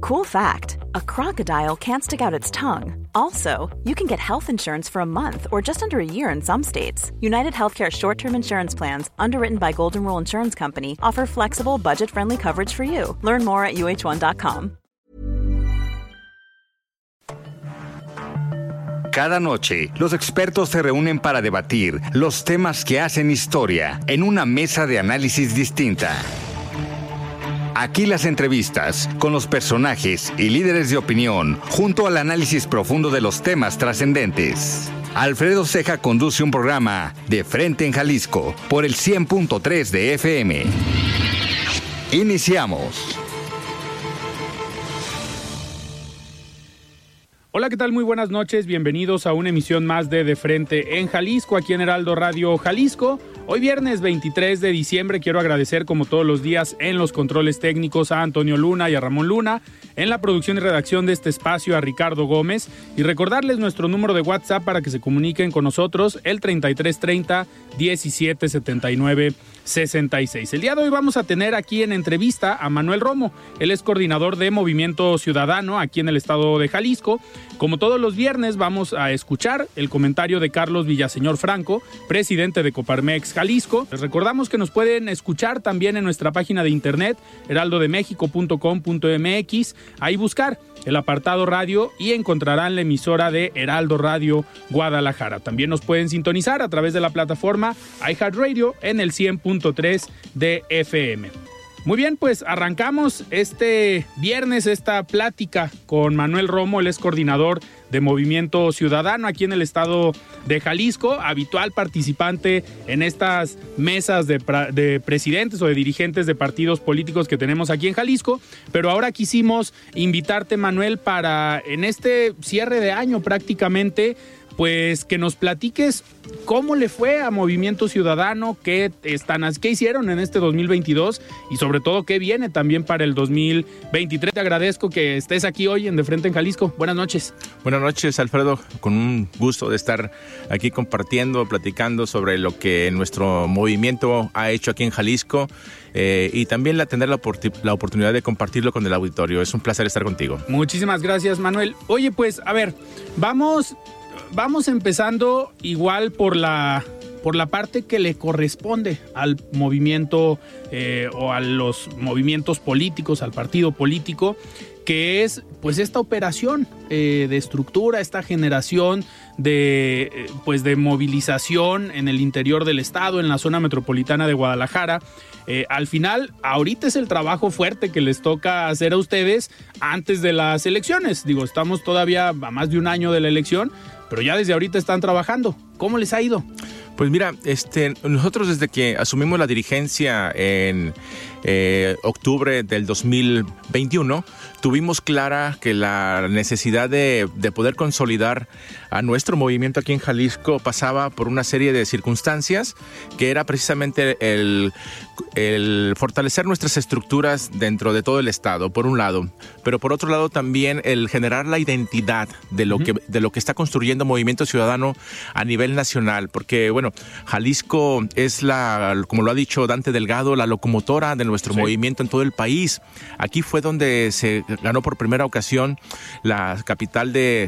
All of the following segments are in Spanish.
Cool fact, a crocodile can't stick out its tongue. Also, you can get health insurance for a month or just under a year in some states. United Healthcare short-term insurance plans, underwritten by Golden Rule Insurance Company, offer flexible, budget-friendly coverage for you. Learn more at uh1.com. Cada noche, los expertos se reúnen para debatir los temas que hacen historia en una mesa de análisis distinta. Aquí las entrevistas con los personajes y líderes de opinión, junto al análisis profundo de los temas trascendentes. Alfredo Ceja conduce un programa De Frente en Jalisco por el 100.3 de FM. Iniciamos. Hola, ¿qué tal? Muy buenas noches. Bienvenidos a una emisión más de Frente en Jalisco, aquí en Heraldo Radio Jalisco. Hoy viernes 23 de diciembre quiero agradecer como todos los días en los controles técnicos a Antonio Luna y a Ramón Luna, en la producción y redacción de este espacio a Ricardo Gómez y recordarles nuestro número de WhatsApp para que se comuniquen con nosotros, el 3330 1779 66. El día de hoy vamos a tener aquí en entrevista a Manuel Romo. Él es coordinador de Movimiento Ciudadano aquí en el estado de Jalisco. Como todos los viernes vamos a escuchar el comentario de Carlos Villaseñor Franco, presidente de Coparmex Jalisco. Les recordamos que nos pueden escuchar también en nuestra página de internet heraldodemexico.com.mx. Ahí buscar el apartado radio y encontrarán la emisora de Heraldo Radio Guadalajara. También nos pueden sintonizar a través de la plataforma iHeartRadio en el 100.3 de FM. Muy bien, pues arrancamos este viernes esta plática con Manuel Romo. Él es coordinador de Movimiento Ciudadano aquí en el estado de Jalisco, habitual participante en estas mesas de presidentes o de dirigentes de partidos políticos que tenemos aquí en Jalisco, pero ahora quisimos invitarte, Manuel, para en este cierre de año prácticamente, pues que nos platiques cómo le fue a Movimiento Ciudadano, qué hicieron en este 2022 y sobre todo qué viene también para el 2023. Te agradezco que estés aquí hoy en De Frente en Jalisco. Buenas noches. Buenas noches, Alfredo. Con un gusto de estar aquí compartiendo, platicando sobre lo que nuestro movimiento ha hecho aquí en Jalisco y también tener la oportunidad de compartirlo con el auditorio. Es un placer estar contigo. Muchísimas gracias, Manuel. Oye, pues, a ver, vamos empezando igual por la parte que le corresponde al movimiento o a los movimientos políticos, al partido político, que es pues esta operación de estructura, esta generación de movilización en el interior del estado, en la zona metropolitana de Guadalajara. Al final, ahorita es el trabajo fuerte que les toca hacer a ustedes antes de las elecciones. Digo, estamos todavía a más de un año de la elección, pero ya desde ahorita están trabajando. ¿Cómo les ha ido? Pues mira, nosotros desde que asumimos la dirigencia en octubre del 2021, tuvimos clara que la necesidad de poder consolidar a nuestro movimiento aquí en Jalisco pasaba por una serie de circunstancias, que era precisamente el fortalecer nuestras estructuras dentro de todo el estado, por un lado, pero por otro lado también el generar la identidad de lo que está construyendo Movimiento Ciudadano a nivel nacional, porque bueno, Jalisco es como lo ha dicho Dante Delgado, la locomotora de nuestro movimiento en todo el país. Aquí fue donde se ganó por primera ocasión la capital de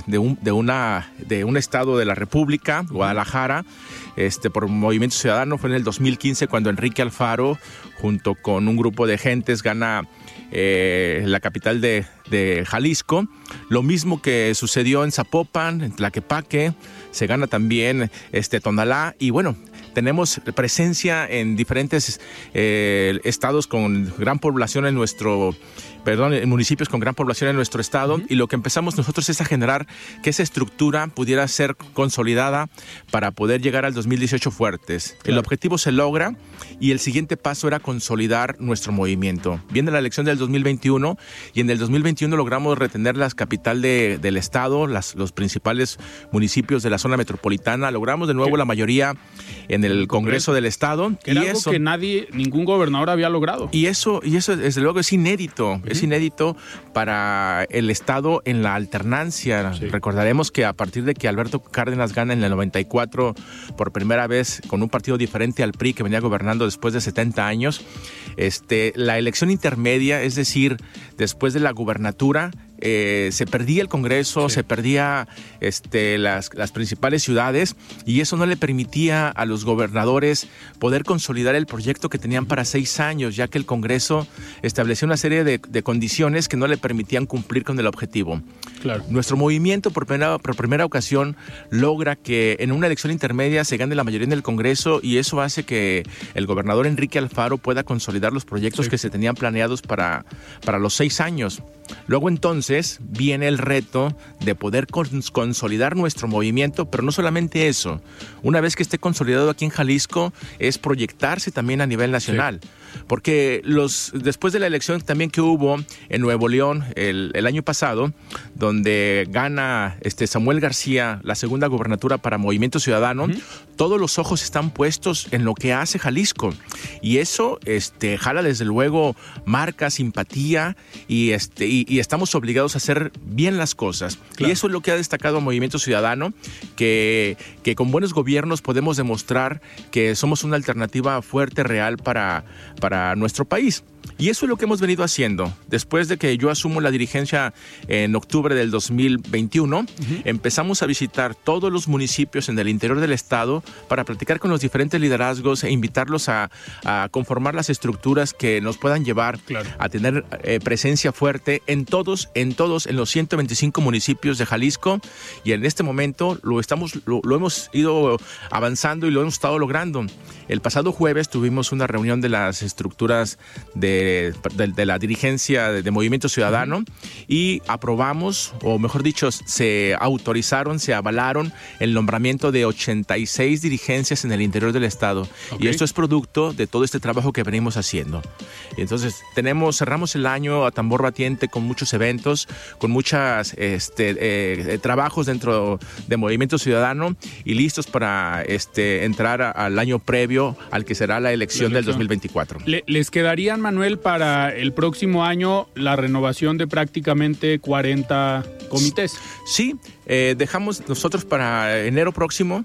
un estado de la República, Guadalajara, por Movimiento Ciudadano. Fue en el 2015 cuando Enrique Alfaro, junto con un grupo de gentes, gana la capital de Jalisco. Lo mismo que sucedió en Zapopan, en Tlaquepaque, se gana también Tonalá, y bueno, tenemos presencia en diferentes estados con gran población en municipios con gran población en nuestro estado, y lo que empezamos nosotros es a generar que esa estructura pudiera ser consolidada para poder llegar al 2018 fuertes. Claro. El objetivo se logra y el siguiente paso era consolidar nuestro movimiento. Viene la elección del 2021 y en el 2021 logramos retener la capital del estado, los principales municipios de la zona metropolitana. Logramos de nuevo la mayoría en el Congreso del Estado. Que era algo que ningún gobernador había logrado. Y eso desde luego es inédito. Es inédito para el Estado en la alternancia. Sí. Recordaremos que a partir de que Alberto Cárdenas gana en el 94 por primera vez con un partido diferente al PRI que venía gobernando después de 70 años, la elección intermedia, es decir, después de la gubernatura, se perdía el Congreso, se perdía las principales ciudades, y eso no le permitía a los gobernadores poder consolidar el proyecto que tenían para 6 años, ya que el Congreso estableció una serie de condiciones que no le permitían cumplir con el objetivo. Claro. Nuestro movimiento por primera ocasión logra que en una elección intermedia se gane la mayoría en el Congreso, y eso hace que el gobernador Enrique Alfaro pueda consolidar los proyectos que se tenían planeados para los 6 años. Luego entonces viene el reto de poder consolidar nuestro movimiento, pero no solamente eso. Una vez que esté consolidado aquí en Jalisco, es proyectarse también a nivel nacional. Sí. Porque después de la elección también que hubo en Nuevo León el año pasado, donde gana Samuel García la segunda gubernatura para Movimiento Ciudadano, todos los ojos están puestos en lo que hace Jalisco. Y eso jala desde luego marca, simpatía, y estamos obligados a hacer bien las cosas. Claro. Y eso es lo que ha destacado Movimiento Ciudadano, que con buenos gobiernos podemos demostrar que somos una alternativa fuerte, real para nuestro país. Y eso es lo que hemos venido haciendo. Después de que yo asumo la dirigencia en octubre del 2021, empezamos a visitar todos los municipios en el interior del estado para platicar con los diferentes liderazgos e invitarlos a conformar las estructuras que nos puedan llevar a tener presencia fuerte en los 125 municipios de Jalisco. Y en este momento lo hemos ido avanzando y lo hemos estado logrando. El pasado jueves tuvimos una reunión de las estructuras de la dirigencia de Movimiento Ciudadano, y aprobamos, o mejor dicho, se avalaron el nombramiento de 86 dirigencias en el interior del estado. Okay. Y esto es producto de todo este trabajo que venimos haciendo. Y entonces cerramos el año a tambor batiente con muchos eventos, con muchos trabajos dentro de Movimiento Ciudadano, y listos para entrar al año previo al que será la elección del 2024. ¿Les quedarían, Manuel, para el próximo año la renovación de prácticamente 40 comités? Sí, dejamos nosotros para enero próximo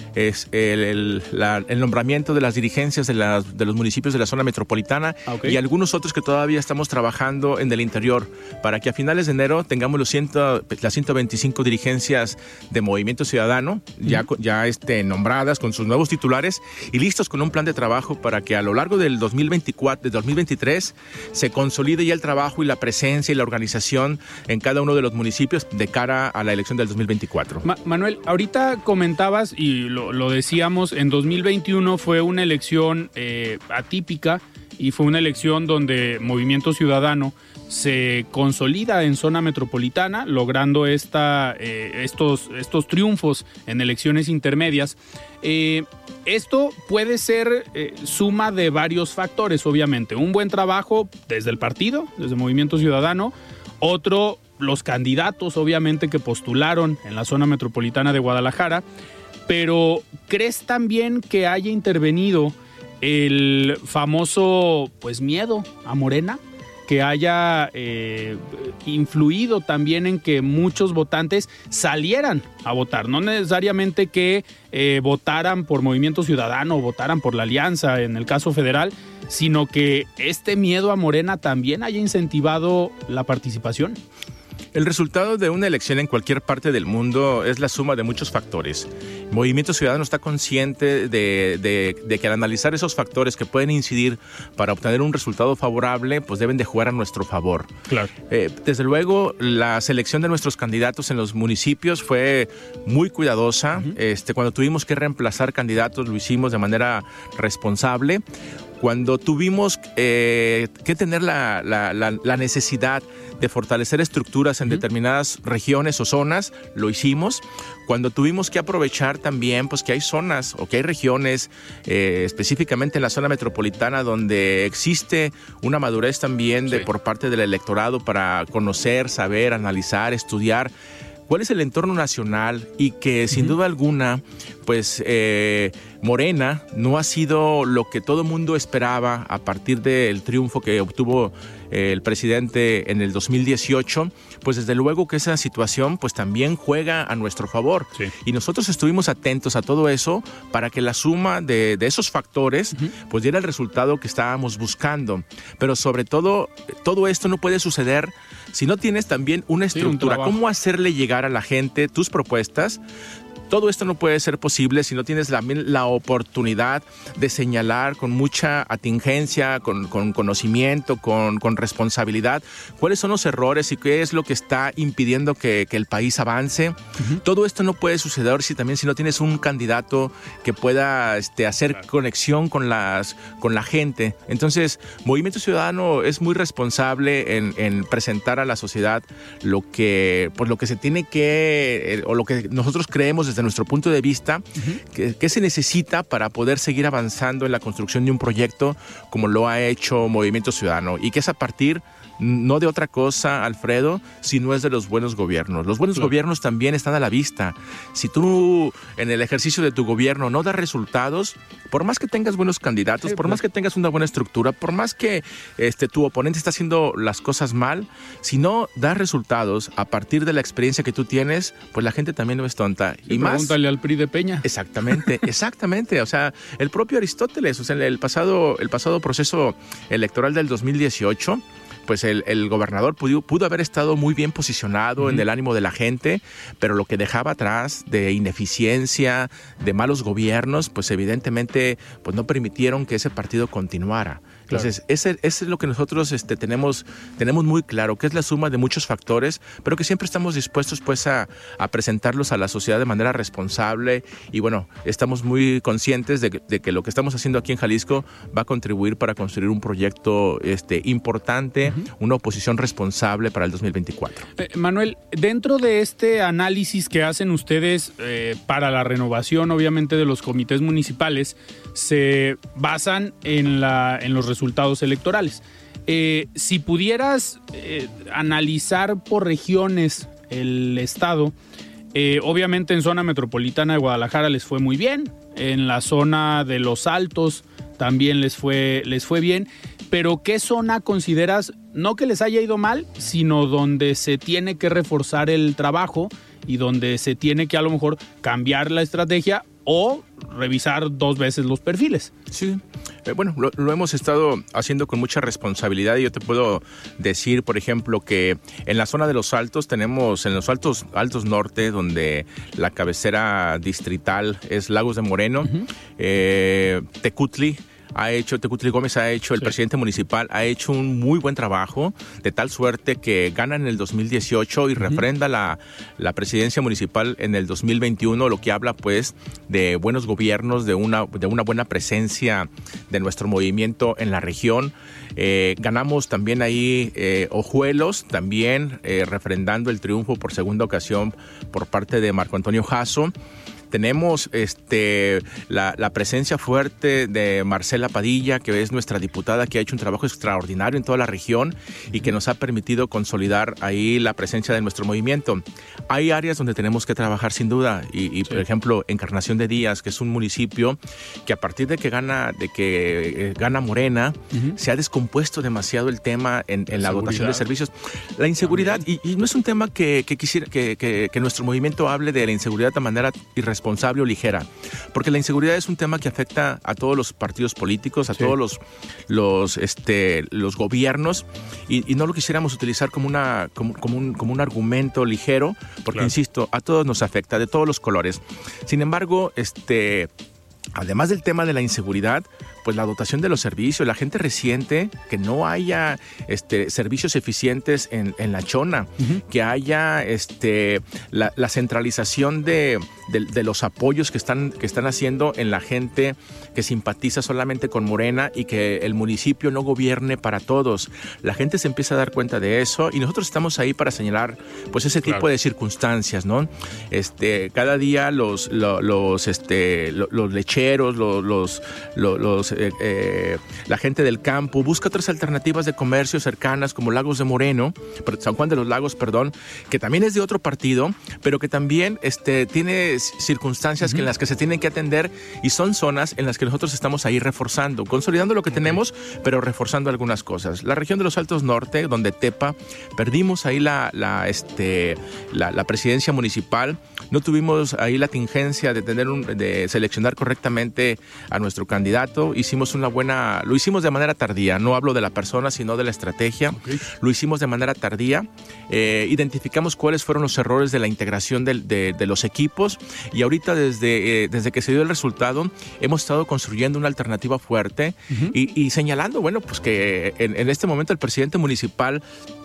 el nombramiento de las dirigencias de los municipios de la zona metropolitana, y algunos otros que todavía estamos trabajando en el interior, para que a finales de enero tengamos las 125 dirigencias de Movimiento Ciudadano ya nombradas con sus nuevos titulares y listos con un plan de trabajo para que a lo largo del 2023 se consolide ya el trabajo y la presencia y la organización en cada uno de los municipios de cara a la elección del 2024. Manuel, ahorita comentabas, y lo decíamos, en 2021 fue una elección atípica, y fue una elección donde Movimiento Ciudadano se consolida en zona metropolitana, logrando estos triunfos en elecciones intermedias. Esto puede ser suma de varios factores, obviamente. Un buen trabajo desde el partido, desde Movimiento Ciudadano. Otro, los candidatos, obviamente, que postularon en la zona metropolitana de Guadalajara. Pero ¿crees también que haya intervenido el famoso miedo a Morena? Que haya influido también en que muchos votantes salieran a votar, no necesariamente que votaran por Movimiento Ciudadano o votaran por la Alianza en el caso federal, sino que este miedo a Morena también haya incentivado la participación. El resultado de una elección en cualquier parte del mundo es la suma de muchos factores. Movimiento Ciudadano está consciente de que al analizar esos factores que pueden incidir para obtener un resultado favorable, pues deben de jugar a nuestro favor. Claro. Desde luego, la selección de nuestros candidatos en los municipios fue muy cuidadosa. Cuando tuvimos que reemplazar candidatos, lo hicimos de manera responsable. Cuando tuvimos que tener la necesidad de fortalecer estructuras en determinadas regiones o zonas, lo hicimos. Cuando tuvimos que aprovechar también que hay zonas o que hay regiones, específicamente en la zona metropolitana, donde existe una madurez también por parte del electorado para conocer, saber, analizar, estudiar cuál es el entorno nacional, y que sin duda alguna pues Morena no ha sido lo que todo el mundo esperaba a partir del triunfo que obtuvo el presidente en el 2018, pues desde luego que esa situación pues también juega a nuestro favor. Sí. Y nosotros estuvimos atentos a todo eso para que la suma de esos factores pues diera el resultado que estábamos buscando. Pero sobre todo esto no puede suceder si no tienes también una estructura. ¿Cómo hacerle llegar a la gente tus propuestas? Todo esto no puede ser posible si no tienes la oportunidad de señalar con mucha atingencia, con conocimiento, con responsabilidad, cuáles son los errores y qué es lo que está impidiendo que el país avance. Todo esto no puede suceder si no tienes un candidato que pueda hacer conexión con la gente. Entonces, Movimiento Ciudadano es muy responsable en presentar a la sociedad lo que se tiene que, o lo que nosotros creemos desde nuestro punto de vista, que se necesita para poder seguir avanzando en la construcción de un proyecto como lo ha hecho Movimiento Ciudadano, y que es a partir no de otra cosa, Alfredo, sino es de los buenos gobiernos. Los buenos gobiernos también están a la vista. Si tú en el ejercicio de tu gobierno no das resultados, por más que tengas buenos candidatos, por más que tengas una buena estructura, por más que tu oponente está haciendo las cosas mal, si no das resultados a partir de la experiencia que tú tienes, pues la gente también no es tonta. Y más, pregúntale al PRI de Peña. Exactamente. O sea, el propio Aristóteles, o sea, el pasado proceso electoral del 2018, pues el gobernador pudo haber estado muy bien posicionado en el ánimo de la gente, pero lo que dejaba atrás de ineficiencia, de malos gobiernos, pues evidentemente pues no permitieron que ese partido continuara. Entonces, ese es lo que nosotros tenemos muy claro, que es la suma de muchos factores, pero que siempre estamos dispuestos pues a presentarlos a la sociedad de manera responsable, y bueno, estamos muy conscientes de que lo que estamos haciendo aquí en Jalisco va a contribuir para construir un proyecto importante, una oposición responsable para el 2024. Manuel, dentro de este análisis que hacen ustedes para la renovación, obviamente, de los comités municipales, se basan en los resultados electorales. Si pudieras analizar por regiones el estado, obviamente en zona metropolitana de Guadalajara les fue muy bien, en la zona de Los Altos también les fue bien, pero ¿qué zona consideras, no que les haya ido mal, sino donde se tiene que reforzar el trabajo y donde se tiene que a lo mejor cambiar la estrategia o revisar 2 veces los perfiles? Sí, bueno, lo hemos estado haciendo con mucha responsabilidad, y yo te puedo decir, por ejemplo, que en la zona de Los Altos tenemos, en los altos norte, donde la cabecera distrital es Lagos de Moreno, Tecutli Gómez ha hecho, el presidente municipal ha hecho un muy buen trabajo, de tal suerte que gana en el 2018 y refrenda la presidencia municipal en el 2021, lo que habla pues de buenos gobiernos, de una buena presencia de nuestro movimiento en la región. Ganamos también ahí Ojuelos, también refrendando el triunfo por segunda ocasión por parte de Marco Antonio Jasso. Tenemos la presencia fuerte de Marcela Padilla, que es nuestra diputada, que ha hecho un trabajo extraordinario en toda la región y que nos ha permitido consolidar ahí la presencia de nuestro movimiento. Hay áreas donde tenemos que trabajar sin duda, y por ejemplo, Encarnación de Díaz, que es un municipio que a partir de que gana Morena, se ha descompuesto demasiado el tema en la dotación de servicios. La inseguridad, y no es un tema que quisiera que nuestro movimiento hable de la inseguridad de manera irresponsable o ligera, porque la inseguridad es un tema que afecta a todos los partidos políticos, a todos los gobiernos, y no lo quisiéramos utilizar como un argumento ligero, porque insisto, a todos nos afecta, de todos los colores. Sin embargo, además del tema de la inseguridad, pues la dotación de los servicios, la gente resiente que no haya servicios eficientes en la Chona, que haya la centralización de los apoyos que están haciendo en la gente que simpatiza solamente con Morena, y que el municipio no gobierne para todos. La gente se empieza a dar cuenta de eso, y nosotros estamos ahí para señalar pues ese tipo de circunstancias, ¿no? Cada día los lecheros, los la gente del campo busca otras alternativas de comercio cercanas como Lagos de Moreno, San Juan de los Lagos, que también es de otro partido, pero que también tiene circunstancias en las que se tienen que atender y son zonas en las que nosotros estamos ahí reforzando, consolidando lo que tenemos, pero reforzando algunas cosas. La región de los Altos Norte, donde Tepa, perdimos ahí la presidencia municipal, no tuvimos ahí la tingencia de seleccionar correctamente a nuestro candidato, lo hicimos de manera tardía, no hablo de la persona, sino de la estrategia, lo hicimos de manera tardía, identificamos cuáles fueron los errores de la integración de los equipos y ahorita desde que se dio el resultado hemos estado construyendo una alternativa fuerte y señalando, pues que en este momento el presidente municipal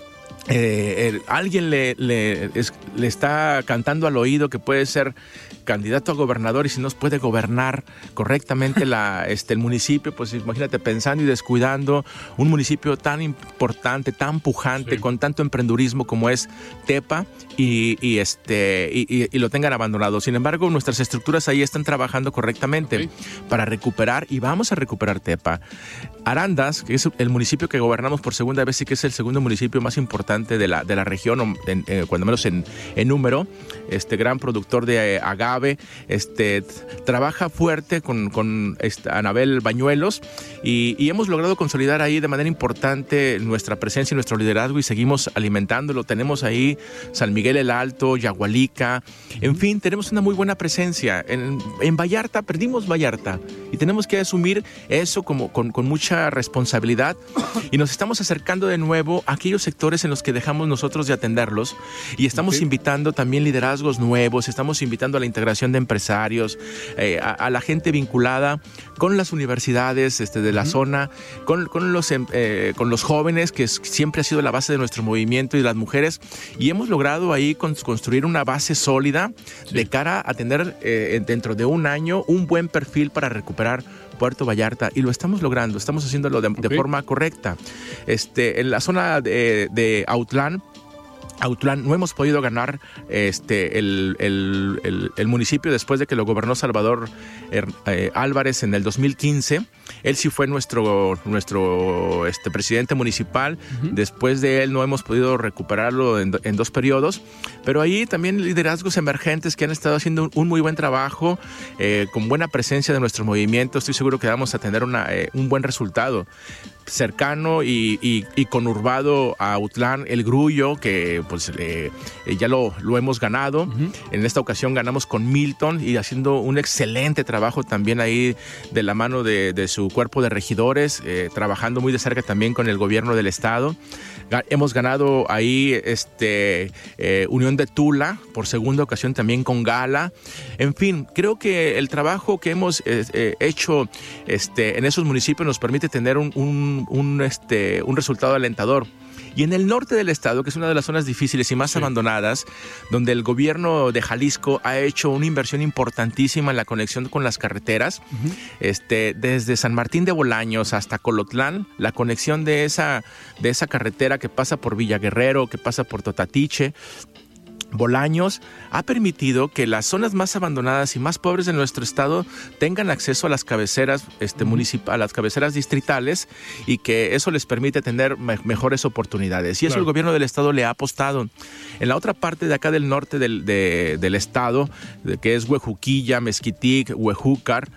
alguien le está cantando al oído que puede ser candidato a gobernador y si no puede gobernar correctamente el municipio, pues imagínate pensando y descuidando un municipio tan importante, tan pujante, con tanto emprendurismo como es Tepa y lo tengan abandonado. Sin embargo, nuestras estructuras ahí están trabajando correctamente para recuperar y vamos a recuperar Tepa. Arandas, que es el municipio que gobernamos por segunda vez y que es el segundo municipio más importante de la región, cuando menos en número, gran productor de agave, trabaja fuerte con Anabel Bañuelos y hemos logrado consolidar ahí de manera importante nuestra presencia y nuestro liderazgo y seguimos alimentándolo. Tenemos ahí San Miguel el Alto, Yagualica, en fin, tenemos una muy buena presencia. En Vallarta, perdimos Vallarta y tenemos que asumir eso con mucha responsabilidad y nos estamos acercando de nuevo a aquellos sectores en los que dejamos nosotros de atenderlos y estamos invitando también liderazgos nuevos, estamos invitando a la integración de empresarios, a la gente vinculada con las universidades de la zona, con los jóvenes, que siempre ha sido la base de nuestro movimiento, y las mujeres, y hemos logrado ahí construir una base sólida de cara a tener dentro de un año un buen perfil para recuperar Puerto Vallarta, y lo estamos logrando, estamos haciéndolo de forma correcta. En la zona de Autlán no hemos podido ganar el municipio después de que lo gobernó Salvador Álvarez en el 2015. Él sí fue nuestro presidente municipal. Después de él no hemos podido recuperarlo en 2 periodos, pero ahí también liderazgos emergentes que han estado haciendo un muy buen trabajo, con buena presencia de nuestro movimiento. Estoy seguro que vamos a tener un buen resultado. Cercano y conurbado a Autlán, el Grullo, que pues ya lo hemos ganado. En esta ocasión ganamos con Milton y haciendo un excelente trabajo también ahí de la mano de su cuerpo de regidores, trabajando muy de cerca también con el gobierno del estado. Hemos ganado ahí Unión de Tula por segunda ocasión también con Gala. En fin, creo que el trabajo que hemos hecho en esos municipios nos permite tener un resultado alentador. Y en el norte del estado, que es una de las zonas difíciles y más abandonadas, donde el gobierno de Jalisco ha hecho una inversión importantísima en la conexión con las carreteras, desde San Martín de Bolaños hasta Colotlán, la conexión de esa carretera que pasa por Villaguerrero, que pasa por Totatiche, Bolaños, ha permitido que las zonas más abandonadas y más pobres de nuestro estado tengan acceso a las cabeceras municipales, a las cabeceras distritales, y que eso les permite tener mejores oportunidades. Y eso el gobierno del estado le ha apostado. En la otra parte de acá del norte del estado, que es Huejuquilla, Mezquitic, Huejúcar,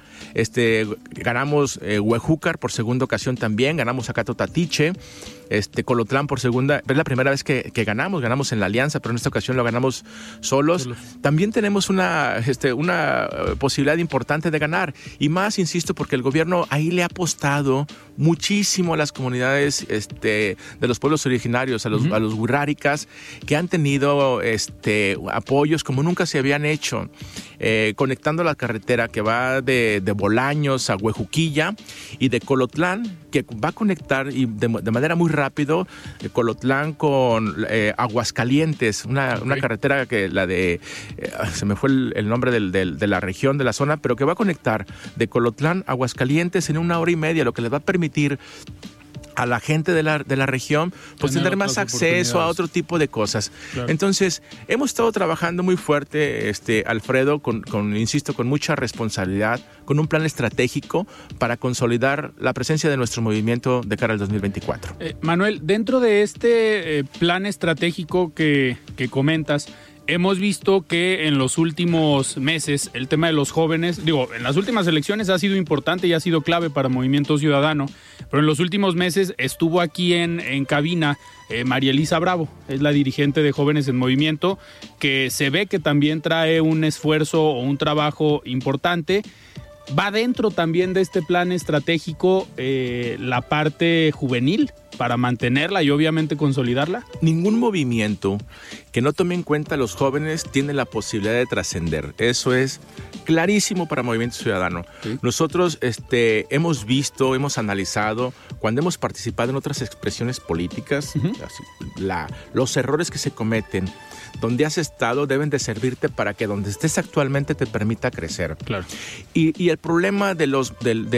ganamos Huejúcar por segunda ocasión también, ganamos acá Totatiche, Colotlán por segunda, es la primera vez que ganamos en la alianza, pero en esta ocasión lo ganamos solos. También tenemos una posibilidad importante de ganar, y más, insisto, porque el gobierno ahí le ha apostado muchísimo a las comunidades de los pueblos originarios, a los huirráricas, que han tenido apoyos como nunca se habían hecho, conectando la carretera que va de Bolaños a Huejuquilla, y de Colotlán, que va a conectar y de manera muy rápido Colotlán con Aguascalientes, una carretera que se me fue el nombre de la región, de la zona, pero que va a conectar de Colotlán a Aguascalientes en 1 hora y media, lo que les va a permitir a la gente de la región, pues tener más acceso a otro tipo de cosas. Claro. Entonces, hemos estado trabajando muy fuerte, Alfredo, insisto, con mucha responsabilidad, con un plan estratégico para consolidar la presencia de nuestro movimiento de cara al 2024. Manuel, dentro de este plan estratégico que comentas, hemos visto que en los últimos meses el tema de los jóvenes, en las últimas elecciones ha sido importante y ha sido clave para Movimiento Ciudadano, pero en los últimos meses estuvo aquí en cabina María Elisa Bravo, es la dirigente de Jóvenes en Movimiento, que se ve que también trae un esfuerzo o un trabajo importante. ¿Va dentro también de este plan estratégico la parte juvenil para mantenerla y obviamente consolidarla? Ningún movimiento que no tome en cuenta a los jóvenes tiene la posibilidad de trascender. Eso es clarísimo para Movimiento Ciudadano. ¿Sí? Nosotros hemos visto, hemos analizado, cuando hemos participado en otras expresiones políticas, los errores que se cometen, donde has estado, deben de servirte para que donde estés actualmente te permita crecer. Claro. Y el problema de los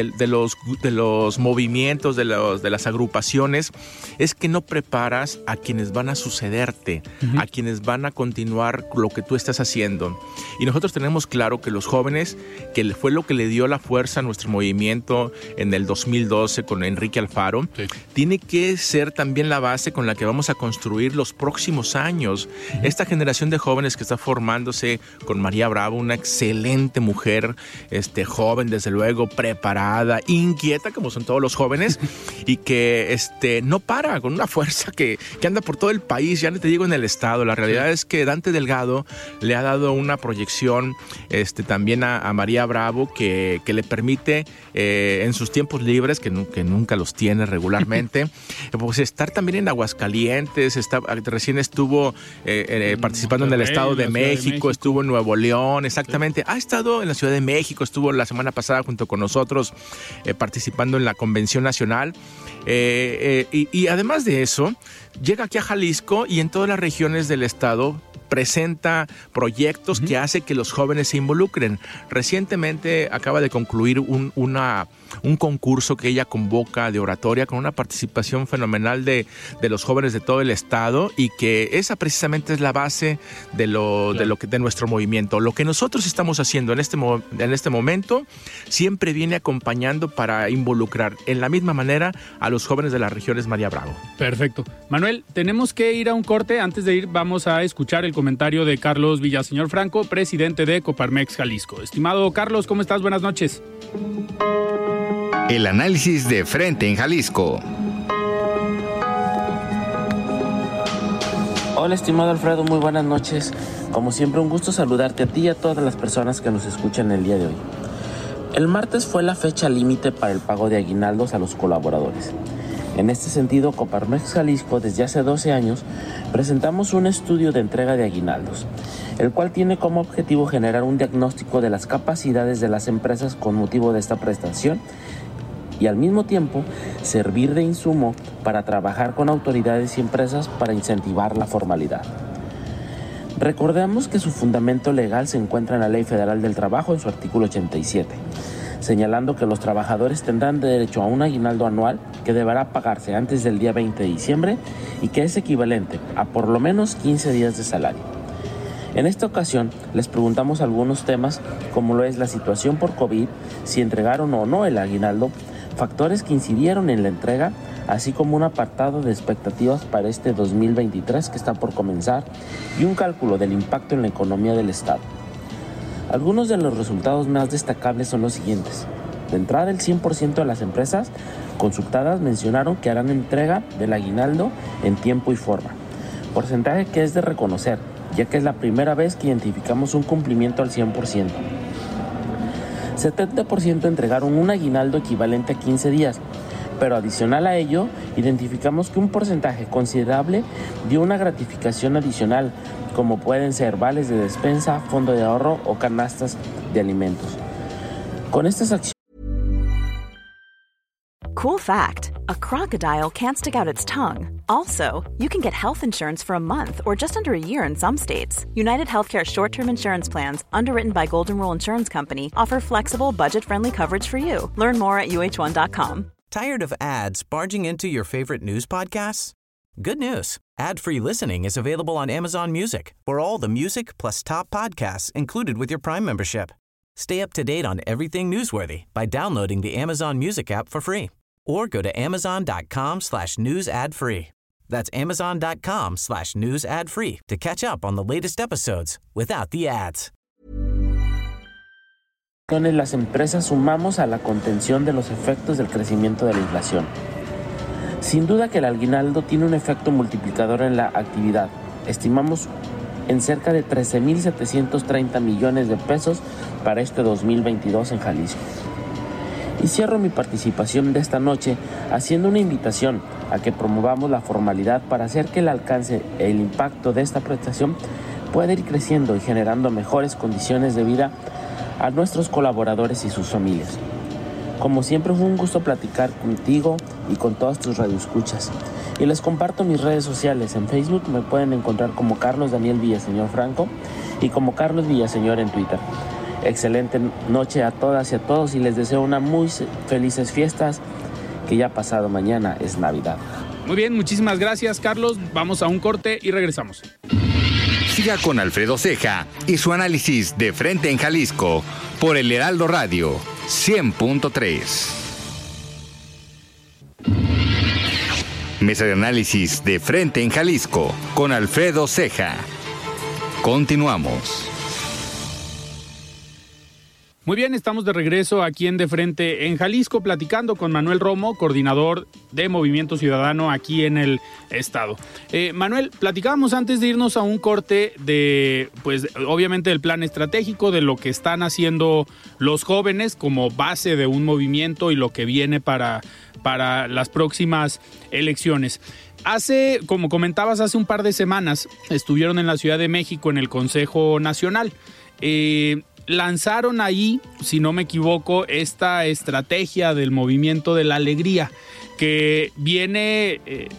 movimientos, de las agrupaciones, es que no preparas a quienes van a sucederte, a quienes van a continuar lo que tú estás haciendo. Y nosotros tenemos claro que los jóvenes, que fue lo que le dio la fuerza a nuestro movimiento en el 2012 con Enrique Alfaro, sí, tiene que ser también la base con la que vamos a construir los próximos años. Esta generación de jóvenes que está formándose con María Bravo, una excelente mujer, joven, desde luego, preparada, inquieta, como son todos los jóvenes, y que no para, con una fuerza que anda por todo el país, ya no te digo en el estado. La realidad es que Dante Delgado le ha dado una proyección también a María Bravo que le permite en sus tiempos libres, que nunca los tiene regularmente, pues estar también en Aguascalientes, recién estuvo participando en el Estado de México, estuvo en Nuevo León, exactamente, sí, ha estado en la Ciudad de México, estuvo la semana pasada junto con nosotros participando en la Convención Nacional, y además de eso, llega aquí a Jalisco y en todas las regiones del estado presenta proyectos que hace que los jóvenes se involucren. Recientemente acaba de concluir un concurso que ella convoca de oratoria con una participación fenomenal de los jóvenes de todo el estado, y que esa precisamente es la base de nuestro movimiento. Lo que nosotros estamos haciendo en este momento siempre viene acompañando para involucrar en la misma manera a los jóvenes de las regiones María Bravo. Perfecto. Manuel, tenemos que ir a un corte. Antes de ir, vamos a escuchar el comentario de Carlos Villaseñor Franco, presidente de Coparmex Jalisco. Estimado Carlos, ¿cómo estás? Buenas noches. El análisis de frente en Jalisco. Hola, estimado Alfredo, muy buenas noches. Como siempre, un gusto saludarte a ti y a todas las personas que nos escuchan el día de hoy. El martes fue la fecha límite para el pago de aguinaldos a los colaboradores. En este sentido, Coparmex Jalisco, desde hace 12 años, presentamos un estudio de entrega de aguinaldos, el cual tiene como objetivo generar un diagnóstico de las capacidades de las empresas con motivo de esta prestación y al mismo tiempo servir de insumo para trabajar con autoridades y empresas para incentivar la formalidad. Recordemos que su fundamento legal se encuentra en la Ley Federal del Trabajo en su artículo 87, señalando que los trabajadores tendrán derecho a un aguinaldo anual que deberá pagarse antes del día 20 de diciembre y que es equivalente a por lo menos 15 días de salario. En esta ocasión les preguntamos algunos temas como lo es la situación por COVID, si entregaron o no el aguinaldo, factores que incidieron en la entrega, así como un apartado de expectativas para este 2023 que está por comenzar y un cálculo del impacto en la economía del Estado. Algunos de los resultados más destacables son los siguientes. De entrada, el 100% de las empresas consultadas mencionaron que harán entrega del aguinaldo en tiempo y forma, porcentaje que es de reconocer, ya que es la primera vez que identificamos un cumplimiento al 100%. 70% entregaron un aguinaldo equivalente a 15 días, pero adicional a ello, identificamos que un porcentaje considerable dio una gratificación adicional, como pueden ser vales de despensa, fondo de ahorro o canastas de alimentos. Con estas acciones... Cool fact, a crocodile can't stick out its tongue. Also, you can get health insurance for a month or just under a year in some states. United Healthcare short-term insurance plans, underwritten by Golden Rule Insurance Company, offer flexible, budget-friendly coverage for you. Learn more at uh1.com. Tired of ads barging into your favorite news podcasts? Good news. Ad-free listening is available on Amazon Music for all the music plus top podcasts included with your Prime membership. Stay up to date on everything newsworthy by downloading the Amazon Music app for free or go to amazon.com/news ad free. That's amazon.com/news ad free to catch up on the latest episodes without the ads. Las empresas sumamos a la contención de los efectos del crecimiento de la inflación. Sin duda que el aguinaldo tiene un efecto multiplicador en la actividad. Estimamos en cerca de 13,730 millones de pesos para este 2022 en Jalisco. Y cierro mi participación de esta noche haciendo una invitación a que promovamos la formalidad para hacer que el alcance e el impacto de esta prestación pueda ir creciendo y generando mejores condiciones de vida a nuestros colaboradores y sus familias. Como siempre fue un gusto platicar contigo y con todas tus radioescuchas. Y les comparto mis redes sociales. En Facebook me pueden encontrar como Carlos Daniel Villaseñor Franco y como Carlos Villaseñor en Twitter. Excelente noche a todas y a todos y les deseo unas muy felices fiestas, que ya pasado mañana es Navidad. Muy bien, muchísimas gracias, Carlos. Vamos a un corte y regresamos. Siga con Alfredo Ceja y su análisis de Frente en Jalisco por el Heraldo Radio 100.3. Mesa de análisis de Frente en Jalisco con Alfredo Ceja. Continuamos. Muy bien, estamos de regreso aquí en De Frente en Jalisco, platicando con Manuel Romo, coordinador de Movimiento Ciudadano aquí en el estado. Manuel, platicábamos antes de irnos a un corte de, pues, obviamente del plan estratégico, de lo que están haciendo los jóvenes como base de un movimiento y lo que viene para las próximas elecciones. Como comentabas, hace un par de semanas estuvieron en la Ciudad de México en el Consejo Nacional. Lanzaron ahí, si no me equivoco, esta estrategia del movimiento de la alegría, que viene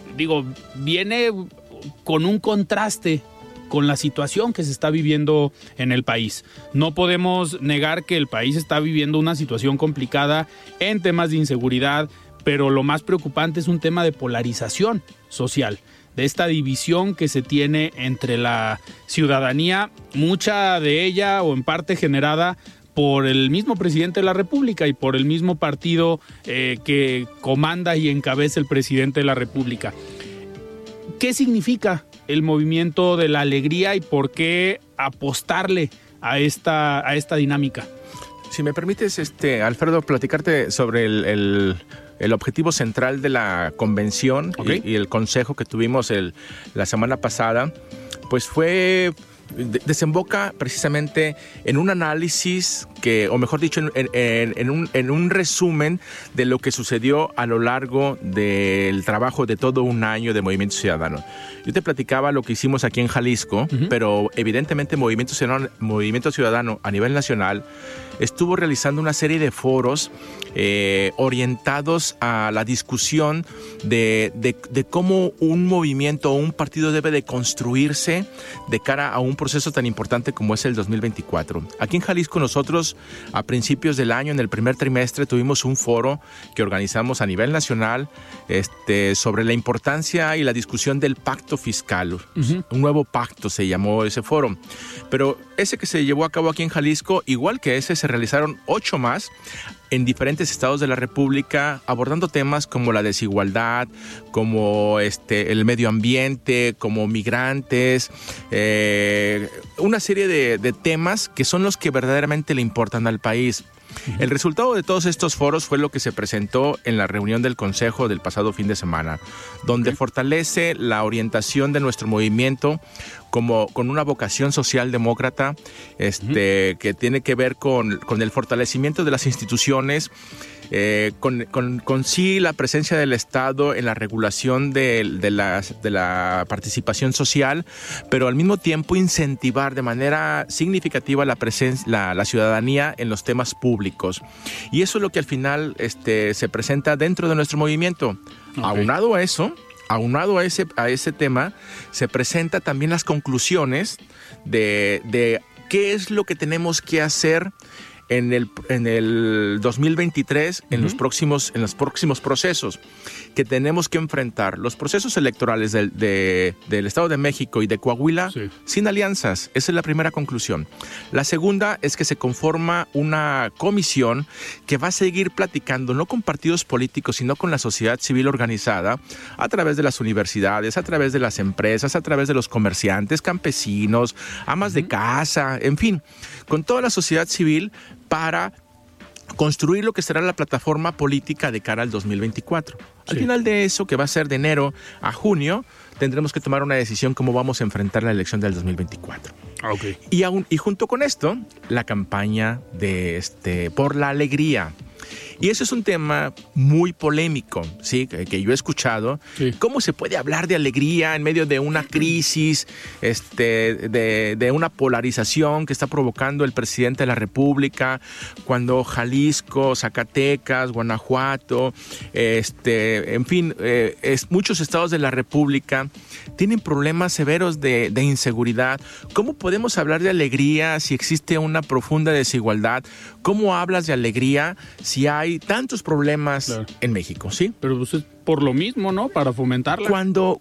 con un contraste con la situación que se está viviendo en el país. No podemos negar que el país está viviendo una situación complicada en temas de inseguridad, pero lo más preocupante es un tema de polarización social, de esta división que se tiene entre la ciudadanía, mucha de ella o en parte generada por el mismo presidente de la República y por el mismo partido que comanda y encabeza el presidente de la República. ¿Qué significa el movimiento de la alegría y por qué apostarle a esta dinámica? Si me permites, Alfredo, platicarte sobre el objetivo central de la convención. Okay. y el consejo que tuvimos la semana pasada, pues desemboca precisamente en un análisis o mejor dicho, en un resumen de lo que sucedió a lo largo del trabajo de todo un año de Movimiento Ciudadano. Yo te platicaba lo que hicimos aquí en Jalisco, pero evidentemente Movimiento Ciudadano a nivel nacional estuvo realizando una serie de foros orientados a la discusión de cómo un movimiento o un partido debe de construirse de cara a un proceso tan importante como es el 2024. Aquí en Jalisco nosotros a principios del año, en el primer trimestre, tuvimos un foro que organizamos a nivel nacional sobre la importancia y la discusión del pacto fiscal. Un nuevo pacto se llamó ese foro. Pero ese que se llevó a cabo aquí en Jalisco, igual que ese, se realizaron 8 más en diferentes estados de la República, abordando temas como la desigualdad, como el medio ambiente, como migrantes, una serie de temas que son los que verdaderamente le importan al país. El resultado de todos estos foros fue lo que se presentó en la reunión del Consejo del pasado fin de semana, donde fortalece la orientación de nuestro movimiento con una vocación socialdemócrata que tiene que ver con el fortalecimiento de las instituciones, con sí la presencia del Estado en la regulación de la participación social, pero al mismo tiempo incentivar de manera significativa la ciudadanía en los temas públicos. Y eso es lo que al final se presenta dentro de nuestro movimiento. Okay. Aunado a ese tema, se presentan también las conclusiones de qué es lo que tenemos que hacer en el 2023, en los próximos procesos que tenemos que enfrentar, los procesos electorales del Estado de México y de Coahuila, sin alianzas. Esa es la primera conclusión. La segunda es que se conforma una comisión que va a seguir platicando, no con partidos políticos, sino con la sociedad civil organizada, a través de las universidades, a través de las empresas, a través de los comerciantes, campesinos, amas de casa, en fin, con toda la sociedad civil para construir lo que será la plataforma política de cara al 2024. Al final de eso, que va a ser de enero a junio, tendremos que tomar una decisión cómo vamos a enfrentar la elección del 2024. Okay. Y junto con esto, la campaña de por la alegría. Y eso es un tema muy polémico, ¿sí? Que yo he escuchado. Sí. ¿Cómo se puede hablar de alegría en medio de una crisis, de una polarización que está provocando el presidente de la República, cuando Jalisco, Zacatecas, Guanajuato, en fin, muchos estados de la República tienen problemas severos de inseguridad? ¿Cómo podemos hablar de alegría si existe una profunda desigualdad? ¿Cómo hablas de alegría si hay tantos problemas en México, sí? Pero pues es por lo mismo, ¿no? Para fomentarla. Cuando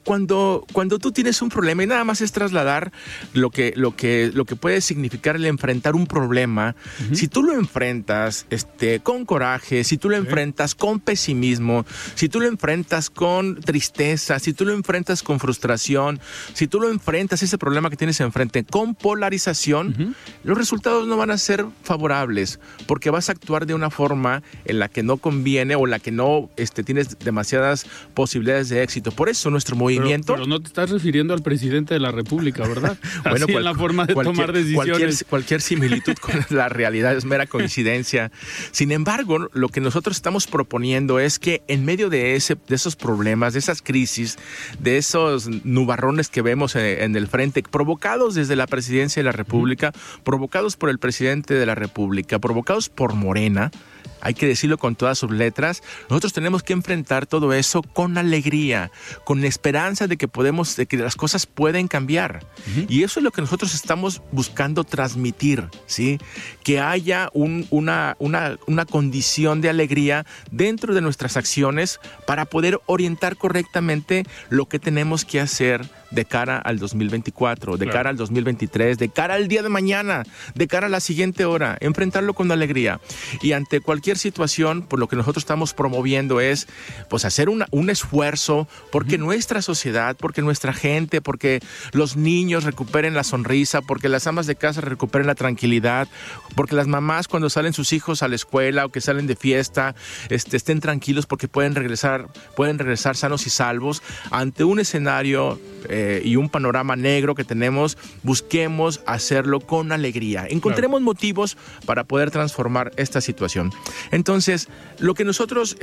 tú tienes un problema y nada más es trasladar lo que puede significar el enfrentar un problema, si tú lo enfrentas con coraje, si tú lo enfrentas con pesimismo, si tú lo enfrentas con tristeza, si tú lo enfrentas con frustración, si tú lo enfrentas ese problema que tienes enfrente con polarización, los resultados no van a ser favorables, porque vas a actuar de una forma en la que no conviene o en la que no tienes demasiadas posibilidades de éxito. Por eso nuestro movimiento... Pero no te estás refiriendo al presidente de la República, ¿verdad? Bueno, en la forma de tomar decisiones. Cualquier similitud con la realidad es mera coincidencia. Sin embargo, lo que nosotros estamos proponiendo es que en medio de esos problemas, de esas crisis, de esos nubarrones que vemos en el frente, provocados desde la presidencia de la República, provocados por el presidente de la República, provocados por Morena, hay que decirlo con todas sus letras, nosotros tenemos que enfrentar todo eso con alegría, con la esperanza de que las cosas pueden cambiar. Y eso es lo que nosotros estamos buscando transmitir, ¿sí? Que haya una condición de alegría dentro de nuestras acciones para poder orientar correctamente lo que tenemos que hacer de cara al 2024, de cara al 2023, de cara al día de mañana, de cara a la siguiente hora, enfrentarlo con alegría. Y ante cualquier situación, por lo que nosotros estamos promoviendo es pues hacer un esfuerzo porque nuestra sociedad, porque nuestra gente, porque los niños recuperen la sonrisa, porque las amas de casa recuperen la tranquilidad, porque las mamás cuando salen sus hijos a la escuela o que salen de fiesta, estén tranquilos porque pueden regresar sanos y salvos. Ante un escenario y un panorama negro que tenemos, busquemos hacerlo con alegría. Encontremos motivos para poder transformar esta situación. Entonces, lo que nosotros,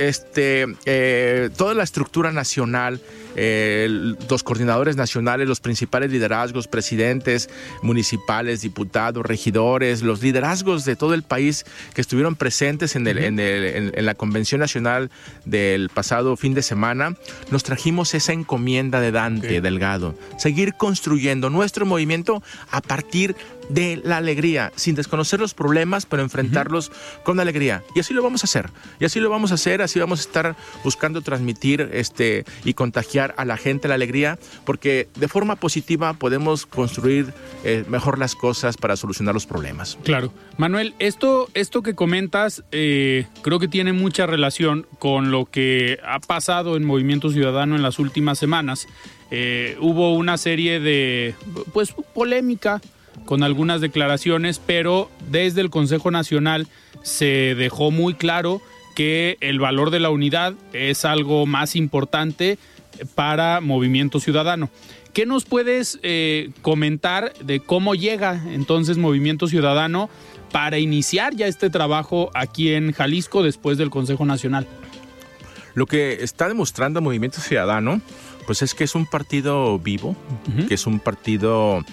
toda la estructura nacional, los coordinadores nacionales, los principales liderazgos, presidentes municipales, diputados, regidores, los liderazgos de todo el país que estuvieron presentes en la Convención Nacional del pasado fin de semana, nos trajimos esa encomienda de Dante Delgado, seguir construyendo nuestro movimiento a partir de la alegría, sin desconocer los problemas, pero enfrentarlos con alegría. Y así lo vamos a hacer. Así vamos a estar buscando transmitir y contagiar a la gente la alegría, porque de forma positiva podemos construir mejor las cosas para solucionar los problemas. Claro. Manuel, esto que comentas creo que tiene mucha relación con lo que ha pasado en Movimiento Ciudadano en las últimas semanas. Hubo una serie de polémica con algunas declaraciones, pero desde el Consejo Nacional se dejó muy claro que el valor de la unidad es algo más importante para Movimiento Ciudadano. ¿Qué nos puedes comentar de cómo llega entonces Movimiento Ciudadano para iniciar ya este trabajo aquí en Jalisco después del Consejo Nacional? Lo que está demostrando Movimiento Ciudadano, pues es que es un partido vivo, que es un partido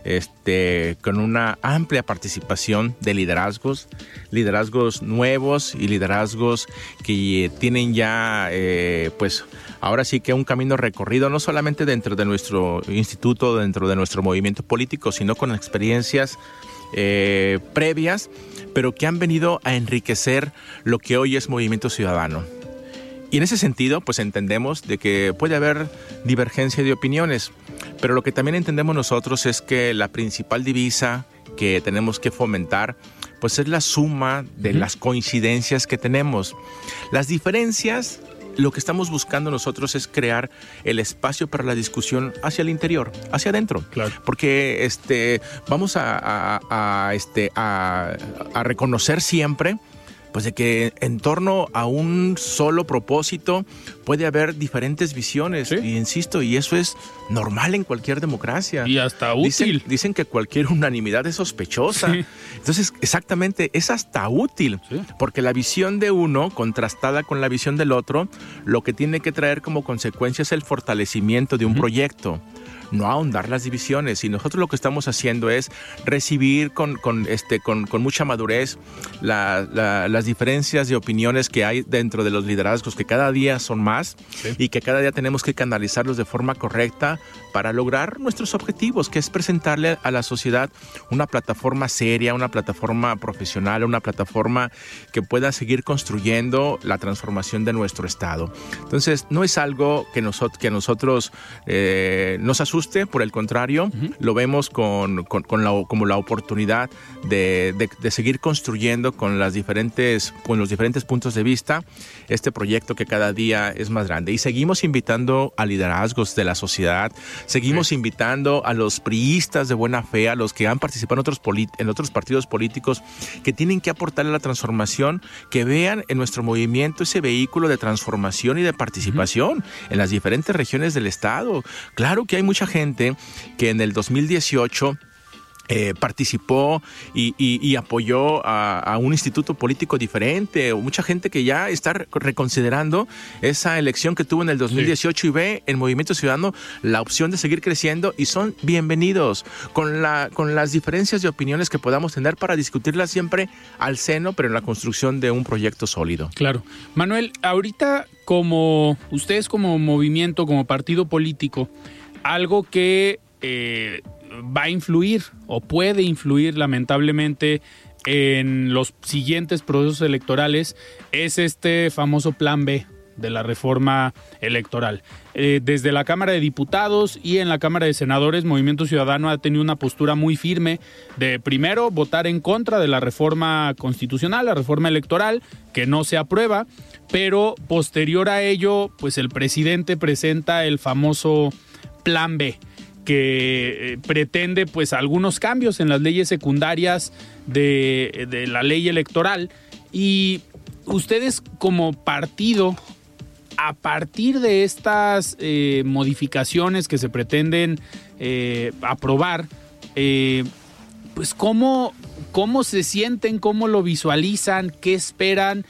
con una amplia participación de liderazgos nuevos y liderazgos que tienen ya, pues ahora sí que un camino recorrido, no solamente dentro de nuestro instituto, dentro de nuestro movimiento político, sino con experiencias previas, pero que han venido a enriquecer lo que hoy es Movimiento Ciudadano. Y en ese sentido, pues entendemos de que puede haber divergencia de opiniones, pero lo que también entendemos nosotros es que la principal divisa que tenemos que fomentar, pues es la suma de las coincidencias que tenemos. Las diferencias, lo que estamos buscando nosotros es crear el espacio para la discusión hacia el interior, hacia adentro. Claro. Porque vamos a reconocer siempre pues de que en torno a un solo propósito puede haber diferentes visiones. Sí. Y insisto, y eso es normal en cualquier democracia. Y hasta útil. Dicen que cualquier unanimidad es sospechosa. Sí. Entonces, exactamente, es hasta útil. Sí. Porque la visión de uno, contrastada con la visión del otro, lo que tiene que traer como consecuencia es el fortalecimiento de un proyecto. No ahondar las divisiones. Y nosotros lo que estamos haciendo es recibir con mucha madurez las diferencias de opiniones que hay dentro de los liderazgos, que cada día son más, sí, y que cada día tenemos que canalizarlos de forma correcta para lograr nuestros objetivos, que es presentarle a la sociedad una plataforma seria, una plataforma profesional, una plataforma que pueda seguir construyendo la transformación de nuestro Estado. Entonces, no es algo que a nosotros nos asuste. Por el contrario, lo vemos como la oportunidad de seguir construyendo con los diferentes puntos de vista este proyecto que cada día es más grande. Y seguimos invitando a liderazgos de la sociedad, seguimos invitando a los priistas de buena fe, a los que han participado en otros partidos políticos que tienen que aportar a la transformación, que vean en nuestro movimiento ese vehículo de transformación y de participación en las diferentes regiones del Estado. Claro que hay mucha gente que en el 2018 participó y apoyó a un instituto político diferente, o mucha gente que ya está reconsiderando esa elección que tuvo en el 2018 sí, y ve en Movimiento Ciudadano la opción de seguir creciendo, y son bienvenidos con las diferencias de opiniones que podamos tener para discutirlas siempre al seno, pero en la construcción de un proyecto sólido. Claro. Manuel, ahorita como ustedes como movimiento, como partido político, algo que va a influir o puede influir lamentablemente en los siguientes procesos electorales es este famoso plan B de la reforma electoral. Desde la Cámara de Diputados y en la Cámara de Senadores, Movimiento Ciudadano ha tenido una postura muy firme de, primero, votar en contra de la reforma constitucional, la reforma electoral, que no se aprueba, pero posterior a ello, pues el presidente presenta el famoso plan B, que pretende pues algunos cambios en las leyes secundarias de la ley electoral. Y ustedes como partido, a partir de estas modificaciones que se pretenden aprobar, pues ¿cómo se sienten? ¿Cómo lo visualizan? ¿Qué esperan?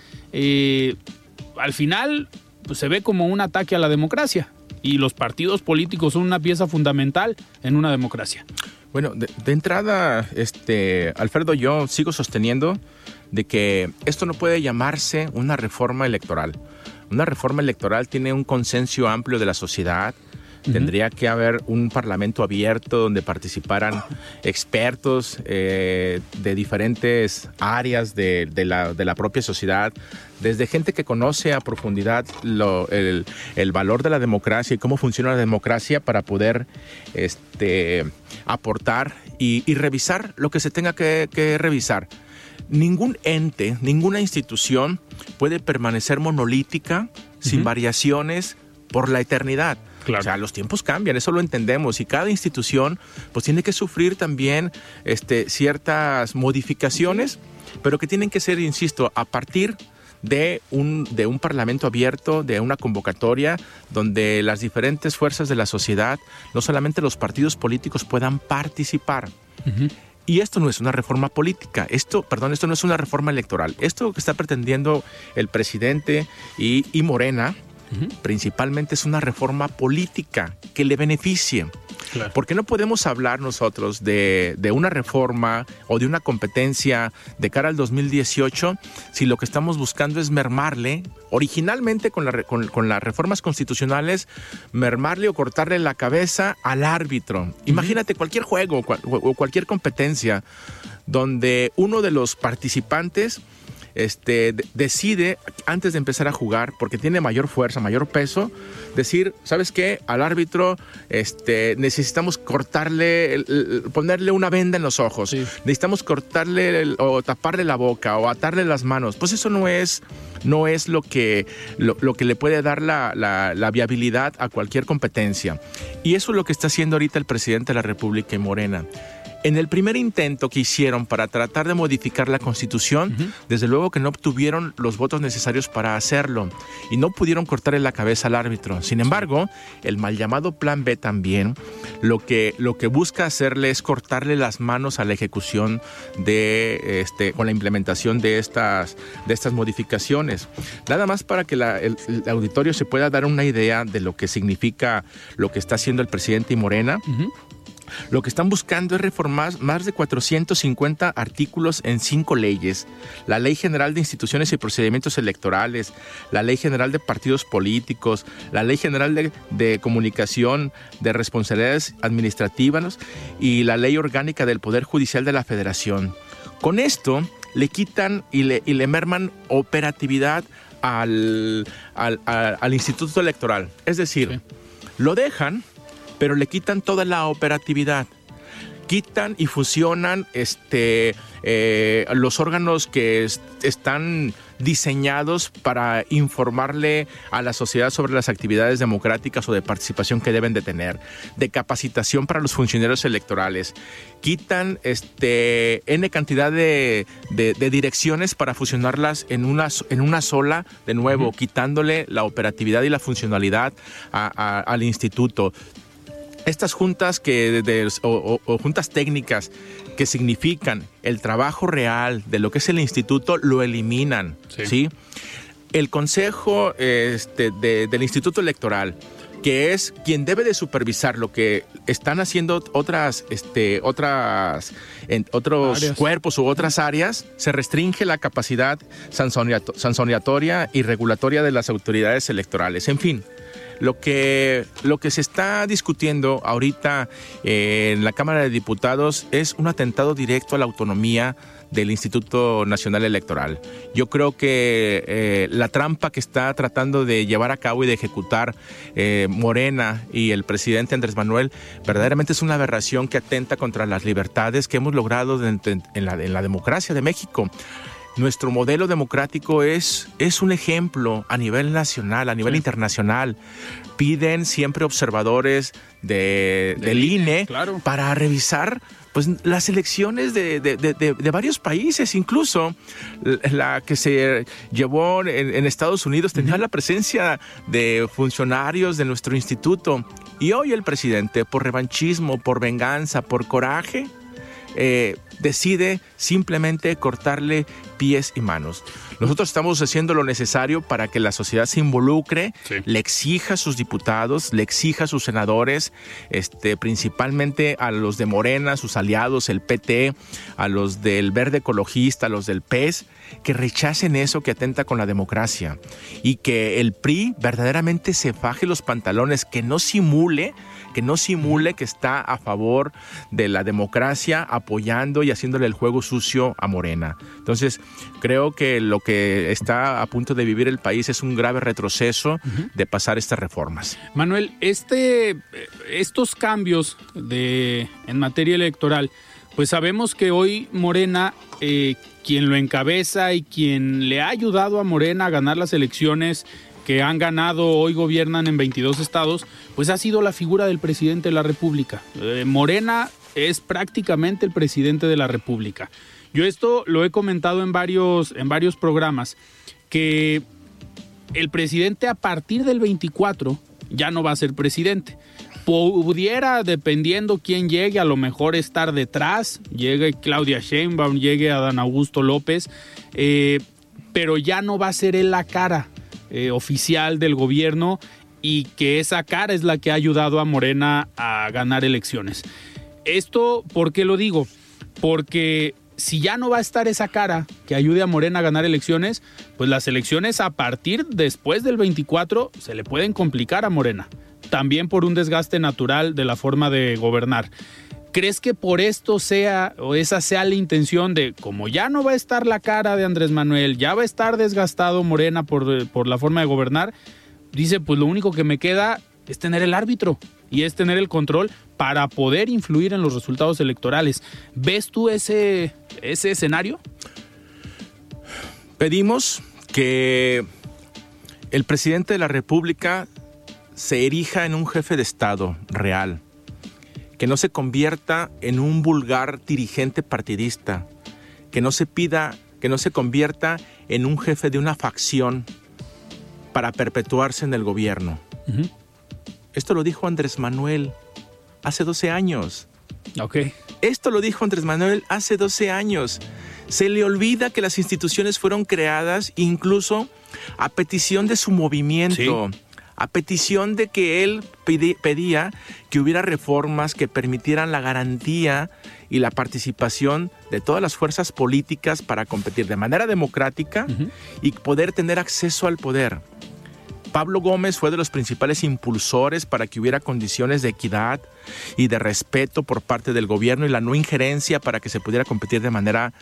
Al final pues se ve como un ataque a la democracia. Y los partidos políticos son una pieza fundamental en una democracia. Bueno, de entrada, Alfredo, yo sigo sosteniendo de que esto no puede llamarse una reforma electoral. Una reforma electoral tiene un consenso amplio de la sociedad. Tendría que haber un parlamento abierto donde participaran expertos de diferentes áreas de la propia sociedad, desde gente que conoce a profundidad el valor de la democracia y cómo funciona la democracia para poder aportar y revisar lo que se tenga que revisar. Ningún ente, ninguna institución puede permanecer monolítica, sin variaciones, por la eternidad. Claro. O sea, los tiempos cambian, eso lo entendemos, y cada institución pues tiene que sufrir también ciertas modificaciones, pero que tienen que ser, insisto, a partir de un parlamento abierto, de una convocatoria donde las diferentes fuerzas de la sociedad, no solamente los partidos políticos, puedan participar. Y esto no es una reforma política, esto no es una reforma electoral. Esto que está pretendiendo el presidente y Morena, principalmente es una reforma política que le beneficie. Claro. ¿Por qué no podemos hablar nosotros de una reforma o de una competencia de cara al 2018 si lo que estamos buscando es mermarle, originalmente con las reformas constitucionales, mermarle o cortarle la cabeza al árbitro? Imagínate cualquier juego o cualquier competencia donde uno de los participantes decide antes de empezar a jugar, porque tiene mayor fuerza, mayor peso, decir, ¿sabes qué? Al árbitro necesitamos cortarle, ponerle una venda en los ojos, sí. Necesitamos cortarle o taparle la boca o atarle las manos. Pues eso no es lo que le puede dar la viabilidad a cualquier competencia. Y eso es lo que está haciendo ahorita el presidente de la República y Morena. En el primer intento que hicieron para tratar de modificar la Constitución, desde luego que no obtuvieron los votos necesarios para hacerlo y no pudieron cortarle la cabeza al árbitro. Sin embargo, el mal llamado Plan B también lo que busca hacerle es cortarle las manos a la ejecución con la implementación de estas modificaciones. Nada más para que el auditorio se pueda dar una idea de lo que significa lo que está haciendo el presidente y Morena. Lo que están buscando es reformar más de 450 artículos en 5 leyes. La Ley General de Instituciones y Procedimientos Electorales, la Ley General de Partidos Políticos, la Ley General de Comunicación de Responsabilidades Administrativas y la Ley Orgánica del Poder Judicial de la Federación. Con esto le quitan y le merman operatividad al Instituto Electoral. Es decir, lo dejan, pero le quitan toda la operatividad. Quitan y fusionan los órganos que están diseñados para informarle a la sociedad sobre las actividades democráticas o de participación que deben de tener, de capacitación para los funcionarios electorales. Quitan N cantidad de direcciones para fusionarlas en una sola, de nuevo, quitándole la operatividad y la funcionalidad al instituto. Estas juntas o juntas técnicas que significan el trabajo real de lo que es el instituto lo eliminan, ¿sí? El consejo del Instituto Electoral, que es quien debe de supervisar lo que están haciendo otros cuerpos u otras áreas, se restringe la capacidad sancionatoria y regulatoria de las autoridades electorales. En fin, lo que se está discutiendo ahorita en la Cámara de Diputados es un atentado directo a la autonomía del Instituto Nacional Electoral. Yo creo que la trampa que está tratando de llevar a cabo y de ejecutar Morena y el presidente Andrés Manuel verdaderamente es una aberración que atenta contra las libertades que hemos logrado en la democracia de México. Nuestro modelo democrático es un ejemplo a nivel nacional, a nivel internacional. Piden siempre observadores del INE, claro, para revisar pues las elecciones de varios países. Incluso la que se llevó en Estados Unidos tenía la presencia de funcionarios de nuestro instituto. Y hoy el presidente, por revanchismo, por venganza, por coraje, decide simplemente cortarle pies y manos. Nosotros estamos haciendo lo necesario para que la sociedad se involucre, le exija a sus diputados, le exija a sus senadores, principalmente a los de Morena, sus aliados, el PT, a los del Verde Ecologista, a los del PES, que rechacen eso que atenta con la democracia y que el PRI verdaderamente se faje los pantalones, que no simule que está a favor de la democracia, apoyando y haciéndole el juego sucio a Morena. Entonces, creo que lo que está a punto de vivir el país es un grave retroceso de pasar estas reformas. Manuel, estos cambios en materia electoral, pues sabemos que hoy Morena, quien lo encabeza y quien le ha ayudado a Morena a ganar las elecciones que han ganado, hoy gobiernan en 22 estados, pues ha sido la figura del presidente de la República. Morena es prácticamente el presidente de la República. Yo esto lo he comentado en varios programas, que el presidente a partir del 24 ya no va a ser presidente. Pudiera, dependiendo quién llegue, a lo mejor estar detrás, llegue Claudia Sheinbaum, llegue Adán Augusto López, pero ya no va a ser él la cara oficial del gobierno y que esa cara es la que ha ayudado a Morena a ganar elecciones. Esto, ¿por qué lo digo? Porque si ya no va a estar esa cara que ayude a Morena a ganar elecciones, pues las elecciones a partir después del 24 se le pueden complicar a Morena. También por un desgaste natural de la forma de gobernar. ¿Crees que por esto sea, o esa sea la intención de, como ya no va a estar la cara de Andrés Manuel, ya va a estar desgastado Morena por la forma de gobernar? Dice, pues lo único que me queda es tener el árbitro y es tener el control para poder influir en los resultados electorales. ¿Ves tú ese escenario? Pedimos que el presidente de la República se erija en un jefe de Estado real, que no se convierta en un vulgar dirigente partidista, que no se convierta en un jefe de una facción para perpetuarse en el gobierno. Uh-huh. Esto lo dijo Andrés Manuel hace 12 años. Okay. Esto lo dijo Andrés Manuel hace 12 años. Se le olvida que las instituciones fueron creadas incluso a petición de su movimiento. Sí. A petición de que él pedía que hubiera reformas que permitieran la garantía y la participación de todas las fuerzas políticas para competir de manera democrática y poder tener acceso al poder. Pablo Gómez fue de los principales impulsores para que hubiera condiciones de equidad y de respeto por parte del gobierno y la no injerencia para que se pudiera competir de manera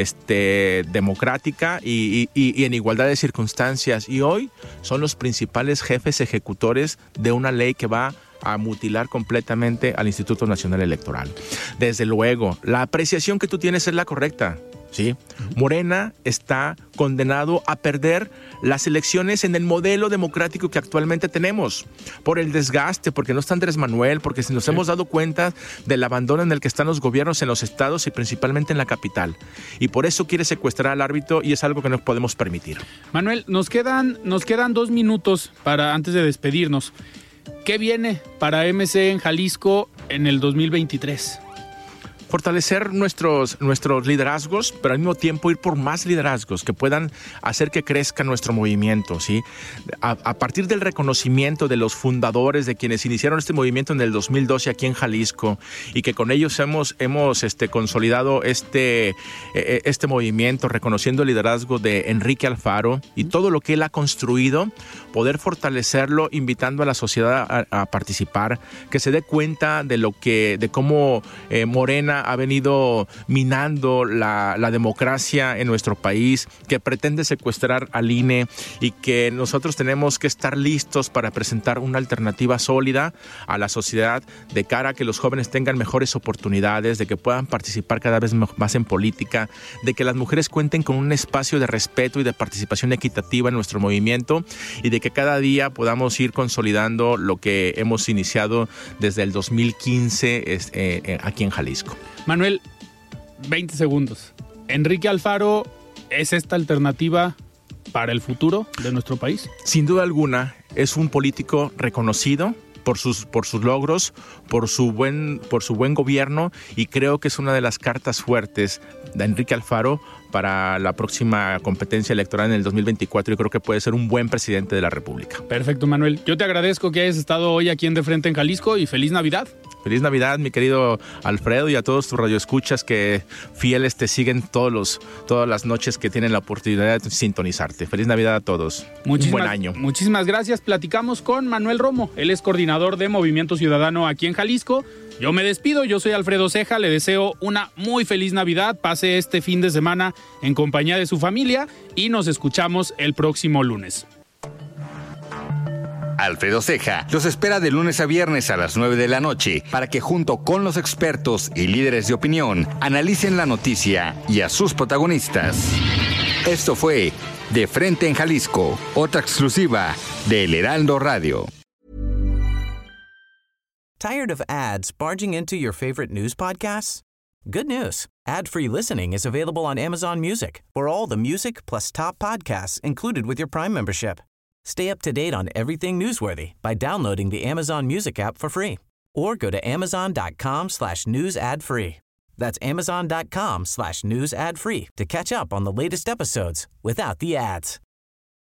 democrática y en igualdad de circunstancias. Y hoy son los principales jefes ejecutores de una ley que va a mutilar completamente al Instituto Nacional Electoral. Desde luego, la apreciación que tú tienes es la correcta. ¿Sí? Morena está condenado a perder las elecciones en el modelo democrático que actualmente tenemos, por el desgaste, porque no está Andrés Manuel, porque nos hemos dado cuenta del abandono en el que están los gobiernos en los estados y principalmente en la capital. Y por eso quiere secuestrar al árbitro y es algo que no podemos permitir. Manuel, nos quedan 2 minutos antes de despedirnos. ¿Qué viene para MC en Jalisco en el 2023? Fortalecer nuestros liderazgos, pero al mismo tiempo ir por más liderazgos que puedan hacer que crezca nuestro movimiento, ¿sí? A partir del reconocimiento de los fundadores, de quienes iniciaron este movimiento en el 2012 aquí en Jalisco y que con ellos hemos consolidado este movimiento, reconociendo el liderazgo de Enrique Alfaro y todo lo que él ha construido, poder fortalecerlo, invitando a la sociedad a participar, que se dé cuenta de cómo Morena ha venido minando la democracia en nuestro país, que pretende secuestrar al INE y que nosotros tenemos que estar listos para presentar una alternativa sólida a la sociedad de cara a que los jóvenes tengan mejores oportunidades, de que puedan participar cada vez más en política, de que las mujeres cuenten con un espacio de respeto y de participación equitativa en nuestro movimiento y de que cada día podamos ir consolidando lo que hemos iniciado desde el 2015 aquí en Jalisco. Manuel, 20 segundos. ¿Enrique Alfaro es esta alternativa para el futuro de nuestro país? Sin duda alguna, es un político reconocido por sus logros, por su buen gobierno, y creo que es una de las cartas fuertes de Enrique Alfaro para la próxima competencia electoral en el 2024. Yo creo que puede ser un buen presidente de la República. Perfecto, Manuel. Yo te agradezco que hayas estado hoy aquí en De Frente en Jalisco y feliz Navidad. Feliz Navidad, mi querido Alfredo, y a todos tus radioescuchas que fieles te siguen todas las noches que tienen la oportunidad de sintonizarte. Feliz Navidad a todos. Un buen año. Muchísimas gracias. Platicamos con Manuel Romo. Él es coordinador de Movimiento Ciudadano aquí en Jalisco. Yo me despido, yo soy Alfredo Ceja, le deseo una muy feliz Navidad, pase este fin de semana en compañía de su familia y nos escuchamos el próximo lunes. Alfredo Ceja los espera de lunes a viernes a las 9 de la noche para que junto con los expertos y líderes de opinión analicen la noticia y a sus protagonistas. Esto fue De Frente en Jalisco, otra exclusiva de El Heraldo Radio. Tired of ads barging into your favorite news podcasts? Good news. Ad-free listening is available on Amazon Music for all the music plus top podcasts included with your Prime membership. Stay up to date on everything newsworthy by downloading the Amazon Music app for free or go to amazon.com/news ad free. That's amazon.com/news ad free to catch up on the latest episodes without the ads.